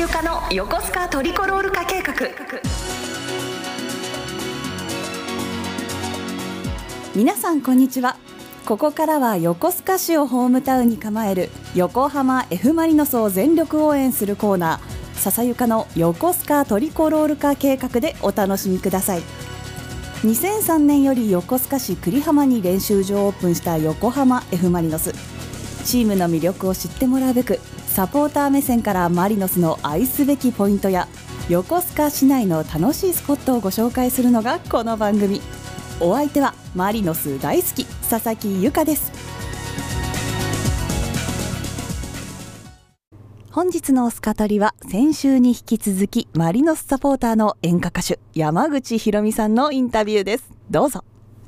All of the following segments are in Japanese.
ゆかの横須賀トリコロール化計画。 皆さんこんにちは。ここからは横須賀市をホームタウンに構える横浜 F マリノスを全力応援するコーナー、ささゆかの横須賀トリコロール化計画でお楽しみください。2003年より横須賀市久里浜に練習場をオープンした横浜 F マリノス。チームの魅力を知ってもらうべく、サポーター目線からマリノスの愛すべきポイントや横須賀市内の楽しいスポットをご紹介するのがこの番組。お相手はマリノス大好き佐々木由香です。本日のスカトリは先週に引き続きマリノスサポーターの演歌歌手山口ひろみさんのインタビューです。どうぞ。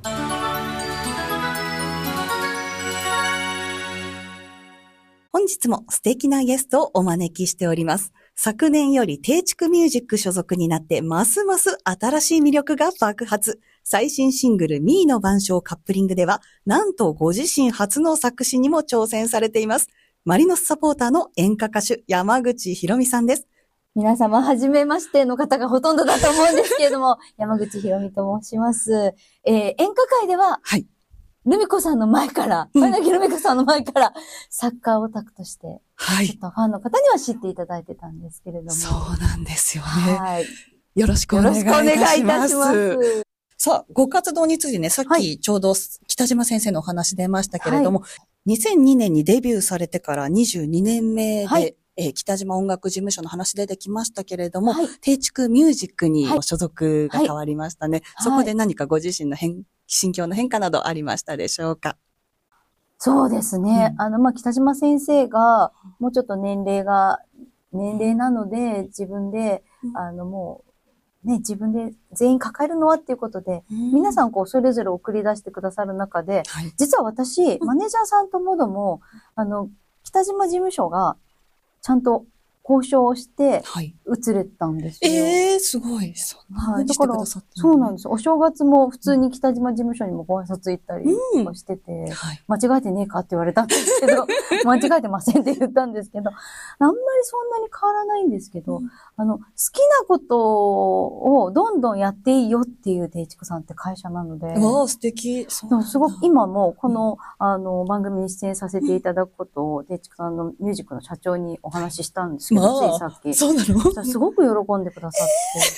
本日も素敵なゲストをお招きしております。昨年より定築ミュージック所属になってますます新しい魅力が爆発。最新シングルミーの晩鐘カップリングでは、なんとご自身初の作詞にも挑戦されています。マリノスサポーターの演歌歌手山口ひろみさんです。 皆様、はじめましての方がほとんどだと思うんですけれども、山口ひろみと申します。演歌界では、 はい。 ルミ子さんの前から、前田ルミ子さんの前から、サッカーオタクとして、 はい。 ちょっとファンの方には知っていただいてたんですけれども。 そうなんですよね。 はい。 よろしくお願いいたします。 よろしくお願いいたします。 さあ、ご活動についてね、さっきちょうど北島先生のお話出ましたけれども、はい、2002年にデビューされてから22年目で、はい、北島音楽事務所の話出てきましたけれども、はい、定築ミュージックに所属が変わりましたね。はい、そこで何かご自身の心境の変化などありましたでしょうか？ そうですね。北島先生が、もうちょっと年齢なので、自分で、もう、ね、自分で全員抱えるのはっていうことで、皆さんそれぞれ送り出してくださる中で、はい、実は私、マネージャーさんともども、北島事務所が、ちゃんと交渉をして、移れたんですよ。 すごい。そんな風にしてくださった、ね。 そうなんです。お正月も普通に北島事務所にもご挨拶行ったりとかしてて、間違えてねえかって言われたんですけど、間違えてませんって言ったんですけど、あんまりそんなに変わらないんですけど、好きなことをどんどんやっていいよっていう定築さんって会社なので。 素敵。 すごく今もこの、番組に出演させていただくことを定築さんのミュージックの社長にお話ししたんですけど、ついさっき。 そうなの？ すごく喜んでくださって、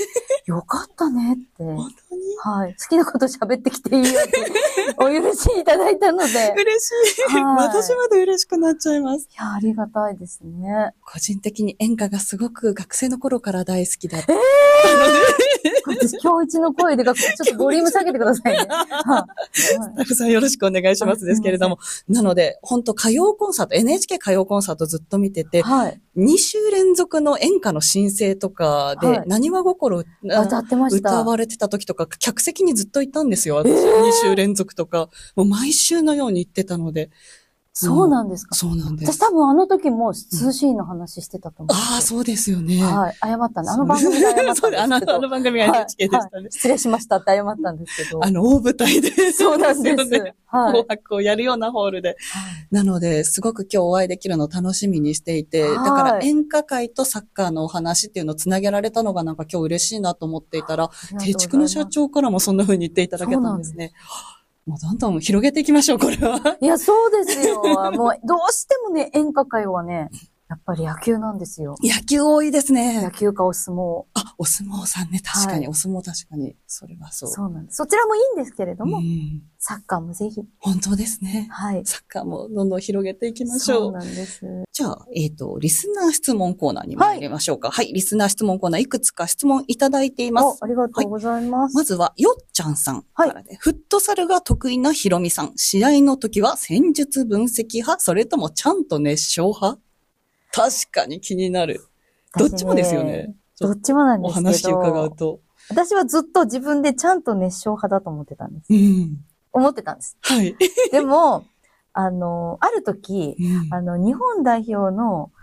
よかったねって。 本当に？ はい。好きなこと喋ってきていいよってお許しいただいたので。 嬉しい。私まで嬉しくなっちゃいます。 いや、ありがたいですね。 個人的に演歌がすごく学生の頃から大好きだった。 私、今日一の声でちょっとボリューム下げてくださいね。 スタッフさんよろしくお願いしますですけれども。なので、本当歌謡コンサート、NHK 歌謡コンサートずっと見てて、2週連続の演歌の申請とかで、なにわ心歌ってました。 歌われてた時とか、客席にずっといたんですよ。私、2週連続とか。もう毎週のように行ってたので。 そうなんですか？ そうなんです。 私多分あの時も通信の話してたと思う。 そうですよね。 はい。謝ったね。あの番組で謝ったんですけど。 あの番組が NHK でしたね。 失礼しましたって謝ったんですけど。 大舞台で。 そうなんです。 紅白をやるようなホールで。なので、すごく今日お会いできるのを楽しみにしていて、だから演歌界とサッカーのお話っていうのをつなげられたのがなんか今日嬉しいなと思っていたら、定築の社長からもそんな風に言っていただけたんですね。もうどんどん広げていきましょう、これは。 いや、そうですよ。もう、どうしてもね、演歌界はね、やっぱり野球なんですよ。 野球多いですね。 野球かお相撲。 お相撲さんね、確かに、お相撲確かに、それはそう。 そうなんです。そちらもいいんですけれども、サッカーもぜひ。 本当ですね。 はい。 サッカーもどんどん広げていきましょう。 そうなんです。 じゃあ、リスナー質問コーナーに参りましょうか。はい、リスナー質問コーナーいくつか質問いただいています。 ありがとうございます。 まずは、よっちゃんさんからで、フットサルが得意なひろみさん。試合の時は戦術分析派、それともちゃんと熱唱派？確かに気になる。どっちもですよね。 どっちもなんですけど。お話伺うと。 私はずっと自分でちゃんと熱唱派だと思ってたんです。思ってたんです。 はい。 でも、ある時、日本代表の、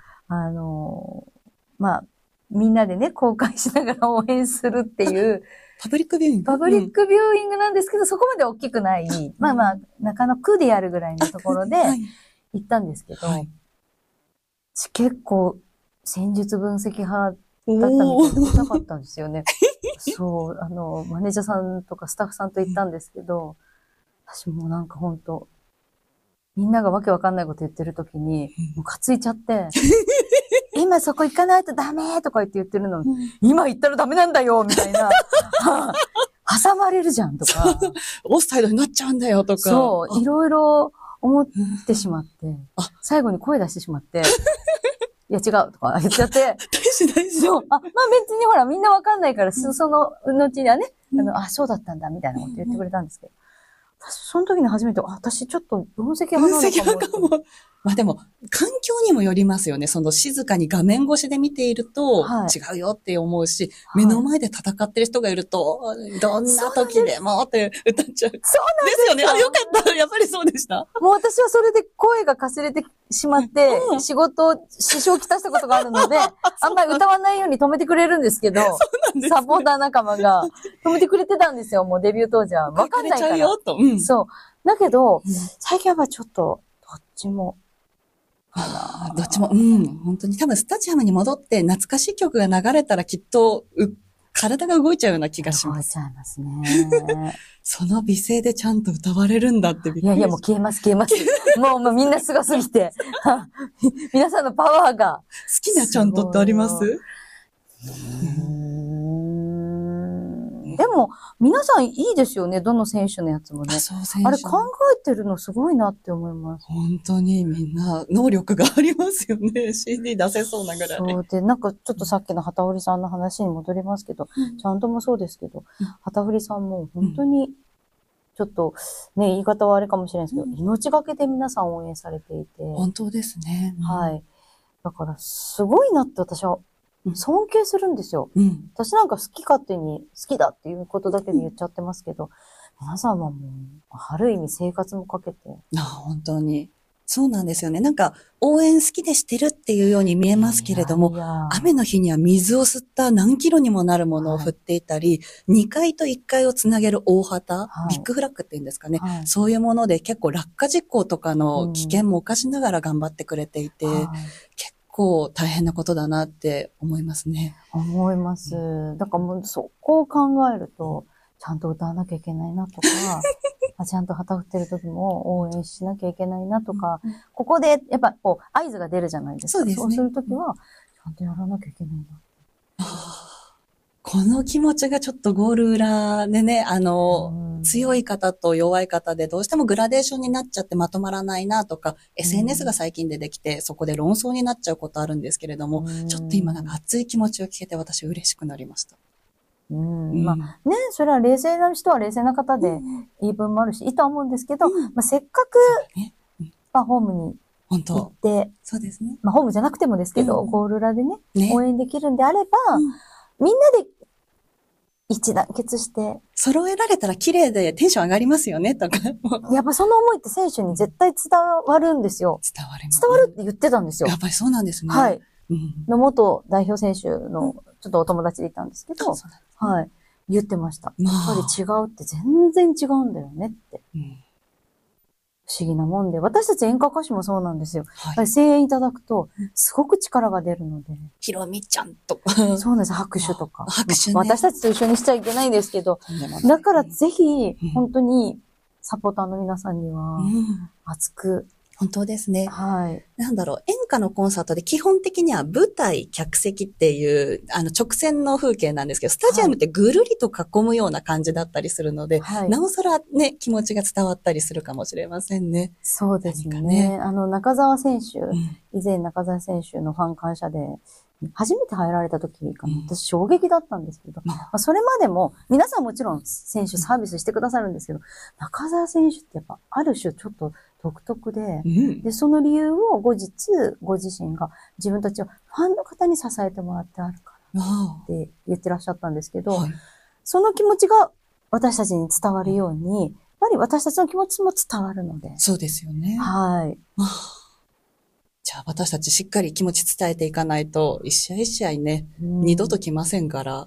みんなでね、公開しながら応援するっていう、 パブリックビューイングパブリックビューイングなんですけど、そこまで大きくない、中野区でやるぐらいのところで行ったんですけど、結構、 戦術分析派だったみたいなことなかったんですよね。そう、マネージャーさんとかスタッフさんと言ったんですけど、私もうなんかほんと、みんながわけわかんないこと言ってる時に、もうかついちゃって、今そこ行かないとダメとか言ってるのに、今行ったらダメなんだよみたいな。挟まれるじゃんとか。 オフサイドになっちゃうんだよとか。 そう、いろいろ思ってしまって、最後に声出してしまって、いや違うとか言っちゃって、 大事。 そう、まあ別にほらみんなわかんないから、そのうちにはね、そうだったんだみたいなこと言ってくれたんですけど、私その時に初めて、私ちょっと分析派なのかも。 まあでも、環境にもよりますよね。その静かに画面越しで見ていると、違うよって思うし、目の前で戦ってる人がいると、どんな時でもって歌っちゃう。そうなんですよね。よかった。やっぱりそうでした。 もう私はそれで声がかすれてしまって、仕事を支障をきたしたことがあるので、あんまり歌わないように止めてくれるんですけど、サポーター仲間が止めてくれてたんですよ。もうデビュー当時は。わかんないから。そう。だけど、最近はちょっと、どっちも、 どっちも、本当に多分スタジアムに戻って懐かしい曲が流れたらきっと、体が動いちゃうような気がします。 動いちゃいますね。 その美声でちゃんと歌われるんだってびっくり。 いやいや、もう消えます。もうみんなすごすぎて。皆さんのパワーが。 好きなちゃんとってあります？ でも、皆さんいいですよね。どの選手のやつもね。あれ考えてるのすごいなって思います。 本当にみんな能力がありますよね。CD 出せそうなぐらい。 そうで、なんかちょっとさっきの旗振さんの話に戻りますけど、ちゃんともそうですけど、旗振さんも本当に、ちょっとね、言い方はあれかもしれないですけど、命がけで皆さん応援されていて。 本当ですね。 はい。だから、すごいなって私は尊敬するんですよ。私なんか好き勝手に好きだっていうことだけで言っちゃってますけど、皆さんはもう、ある意味生活もかけて。 本当に。そうなんですよね。なんか、応援好きでしてるっていうように見えますけれども、雨の日には水を吸った何キロにもなるものを振っていたり、2階と1階をつなげる大旗、ビッグフラッグっていうんですかね。そういうもので結構落下事故とかの危険も冒しながら頑張ってくれていて、結構大変なことだなって思いますね。 思います。だからもうそこを考えると、ちゃんと歌わなきゃいけないなとか、ちゃんと旗振ってる時も応援しなきゃいけないなとか、ここでやっぱこう合図が出るじゃないですか。そうする時は、ちゃんとやらなきゃいけないな。 この気持ちがちょっとゴール裏でね、強い方と弱い方でどうしてもグラデーションになっちゃってまとまらないなとか、SNS が最近出てきてそこで論争になっちゃうことあるんですけれども、ちょっと今なんか熱い気持ちを聞けて私嬉しくなりました。 まあね、それは冷静な人は冷静な方で言い分もあるし、いいとは思うんですけど、まあ、せっかく、ホームに行って、 そうですね。 まあホームじゃなくてもですけど、ゴール裏でね、応援できるんであれば、みんなで一致団結して。 揃えられたら綺麗でテンション上がりますよね、とか。 やっぱその思いって選手に絶対伝わるんですよ。 伝わります。 伝わるって言ってたんですよ。 やっぱりそうなんですね。 はい。の元代表選手のちょっとお友達でいたんですけど、はい。言ってました。やっぱり違うって全然違うんだよねって。不思議なもんで。私たち演歌歌手もそうなんですよ。やっぱり声援いただくと、すごく力が出るので。 ひろみちゃんと。 そうなんです。拍手とか。 拍手ね。 私たちと一緒にしちゃいけないんですけど。だからぜひ、本当に、サポーターの皆さんには、熱く。 本当ですね。 はい。 なんだろう、演歌のコンサートで基本的には舞台、客席っていう、直線の風景なんですけど、スタジアムってぐるりと囲むような感じだったりするので、なおさらね、気持ちが伝わったりするかもしれませんね。 そうですね。中澤選手、以前中澤選手のファン感謝で、初めて入られた時かな、私衝撃だったんですけど、それまでも、皆さんもちろん選手サービスしてくださるんですけど、中澤選手ってやっぱある種ちょっと独特で、で、その理由を後日、ご自身が自分たちはファンの方に支えてもらってあるからって言ってらっしゃったんですけど、その気持ちが私たちに伝わるように、やっぱり私たちの気持ちも伝わるので。 そうですよね。 はい。 じゃあ私たちしっかり気持ち伝えていかないと、一試合一試合ね、二度と来ませんから。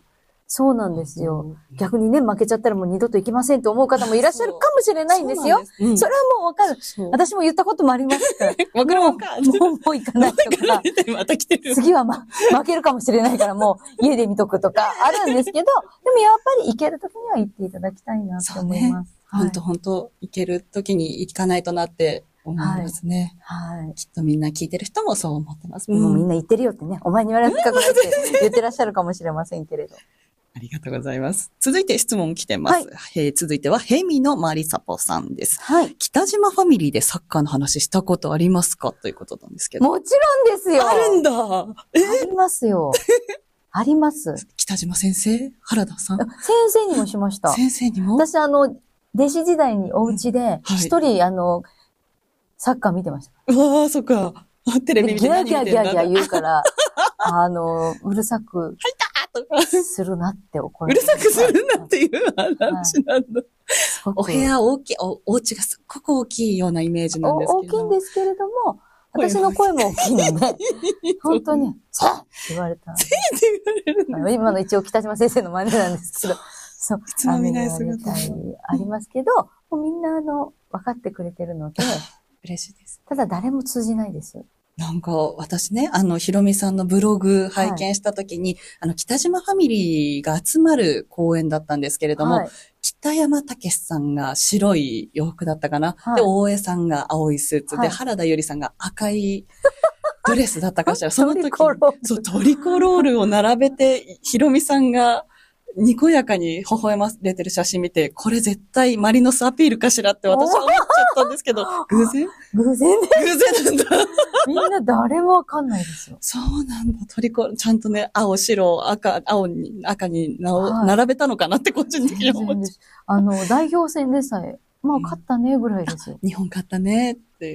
そうなんですよ。逆にね、負けちゃったらもう二度と行きませんと思う方もいらっしゃるかもしれないんですよ。それはもうわかる。私も言ったこともありますから。 わかるわかる。 もう行かないとか。 また来てる。 次は負けるかもしれないからもう家で見とくとかあるんですけど、でもやっぱり行けるときには行っていただきたいなと思います。 本当行けるときに行かないとなって思いますね。はい。きっとみんな聞いてる人もそう思ってます。 もうみんな言ってるよってね、お前に言われなかったって言ってらっしゃるかもしれませんけれど。 ありがとうございます。続いて質問来てます。続いては、ヘミのマリサポさんです。はい。北島ファミリーでサッカーの話したことありますかということなんですけど。 もちろんですよ。 あるんだ。 ありますよ。あります。 北島先生原田さん。 先生にもしました。 先生にも私弟子時代にお家で、一人サッカー見てました。 うわー、そっか。テレビ見て何見てんだ。 ギャーギャーギャーギャー言うから、うるさくするなって怒られうるさくするなっていう話なんだ。お部屋大きい、お家がすっごく大きいようなイメージなんですけど。 大きいんですけれども、私の声も大きいので、本当に、せーって言われた。 せーって言われるの。 今の一応北島先生の真似なんですけど、そう、 いつも見ない姿ありますけど、もうみんな分かってくれてるので、 嬉しいです。 ただ誰も通じないです。 なんか、私ね、ひろみさんのブログ拝見したときに、北島ファミリーが集まる公演だったんですけれども、北山武さんが白い洋服だったかな。で、大江さんが青いスーツで、原田ゆりさんが赤いドレスだったかしら。その時、そう、トリコロールを並べて、ひろみさんが、にこやかに微笑まれてる写真見て、これ絶対マリノスアピールかしらって私は思っちゃったんですけど、偶然偶然偶然なんだ。 みんな誰もわかんないですよ。 そうなんだ。トリコ、ちゃんとね、青、白、赤に並べたのかなって個人的に思っちゃう。代表戦でさえ、まあ勝ったねぐらいですよ。 日本勝ったねって。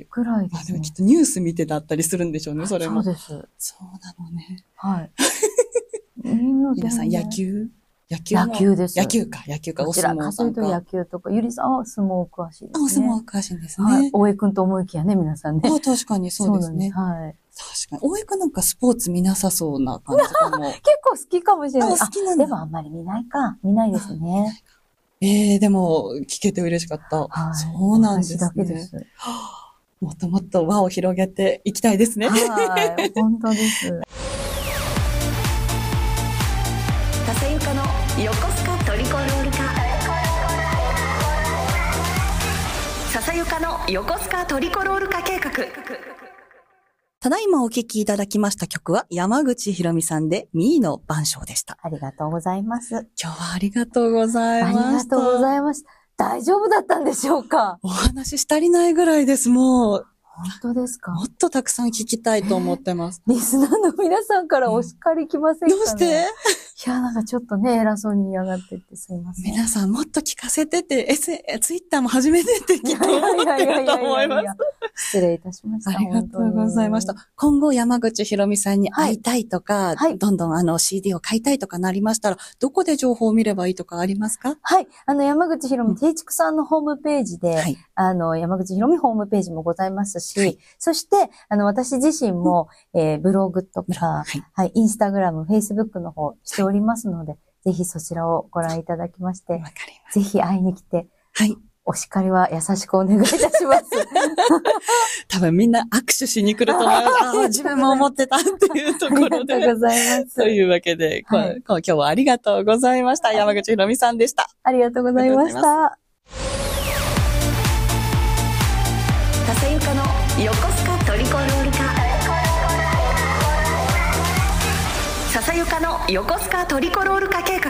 ぐらいです、ね。 でもきっとニュース見てだったりするんでしょうね、それも。 そうです。 そうなのね。 はい。 皆さん野球です。 野球か、 お相撲さんか。というと野球とか、ゆりさんは相撲詳しいですね。 相撲詳しいんですね。 大江くんと思いきやね、皆さんね。 確かにそうですね。 はい。 確かに。大江くんなんかスポーツ見なさそうな感じかも。 結構好きかもしれない。 好きなんだ。 でもあんまり見ないか。見ないですね。 でも、聞けて嬉しかった。そうなんですね。 私だけです。 もっともっと輪を広げていきたいですね。 はい、本当です。 田瀬ゆかの横須賀トリコロール化。笹ゆかの横須賀トリコロール化計画。 ただいまお聴きいただきました曲は山口ひろみさんでミーの晩鐘でした。 ありがとうございます。 今日はありがとうございました。 ありがとうございました。大丈夫だったんでしょうか？ お話し足りないぐらいです。もう。 本当ですか？ もっとたくさん聞きたいと思ってます。 リスナーの皆さんからお叱り来ませんかね？ どうして？ いや、なんかちょっとね、偉そうに嫌がってってすいません。 皆さんもっと聞かせてって、ツイッターも始めてってきっと思ってると思います。 失礼いたしました。 ありがとうございました。今後山口ひろみさんに会いたいとか、どんどんCD を買いたいとかなりましたら、どこで情報を見ればいいとかありますか？ はい。山口ひろみ定畜さんのホームページで、山口ひろみホームページもございますし、そして、私自身も、ブログとか、インスタグラム、フェイスブックの方しておりますので、ぜひそちらをご覧いただきまして、ぜひ会いに来て、お叱りは優しくお願いいたします。 多分みんな握手しに来ると思います。自分も思ってたっていうところで。 ありがとうございます。 というわけで、今日はありがとうございました。山口ひろみさんでした。 ありがとうございました。 田瀬ゆかの横須賀トリコロール化。笹ゆかの横須賀トリコロール化計画。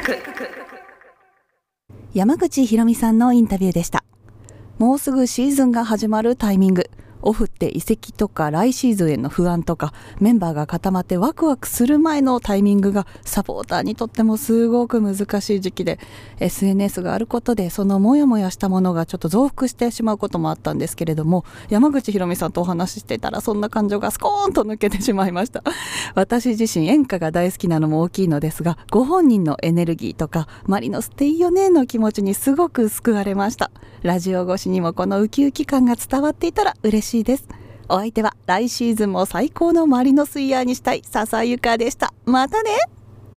山口ひろみさんのインタビューでした。もうすぐシーズンが始まるタイミング。オフって移籍とか来シーズンへの不安とかメンバーが固まってワクワクする前のタイミングがサポーターにとってもすごく難しい時期で SNS があることでそのモヤモヤしたものがちょっと増幅してしまうこともあったんですけれども、山口ひろみさんとお話ししていたらそんな感情がスコーンと抜けてしまいました。私自身演歌が大好きなのも大きいのですが、ご本人のエネルギーとかマリノスっていいよねの気持ちにすごく救われました。ラジオ越しにもこのウキウキ感が伝わっていたら嬉しいです。お相手は来シーズンも最高のマリノスイヤーにしたい笹ゆかでした。またね。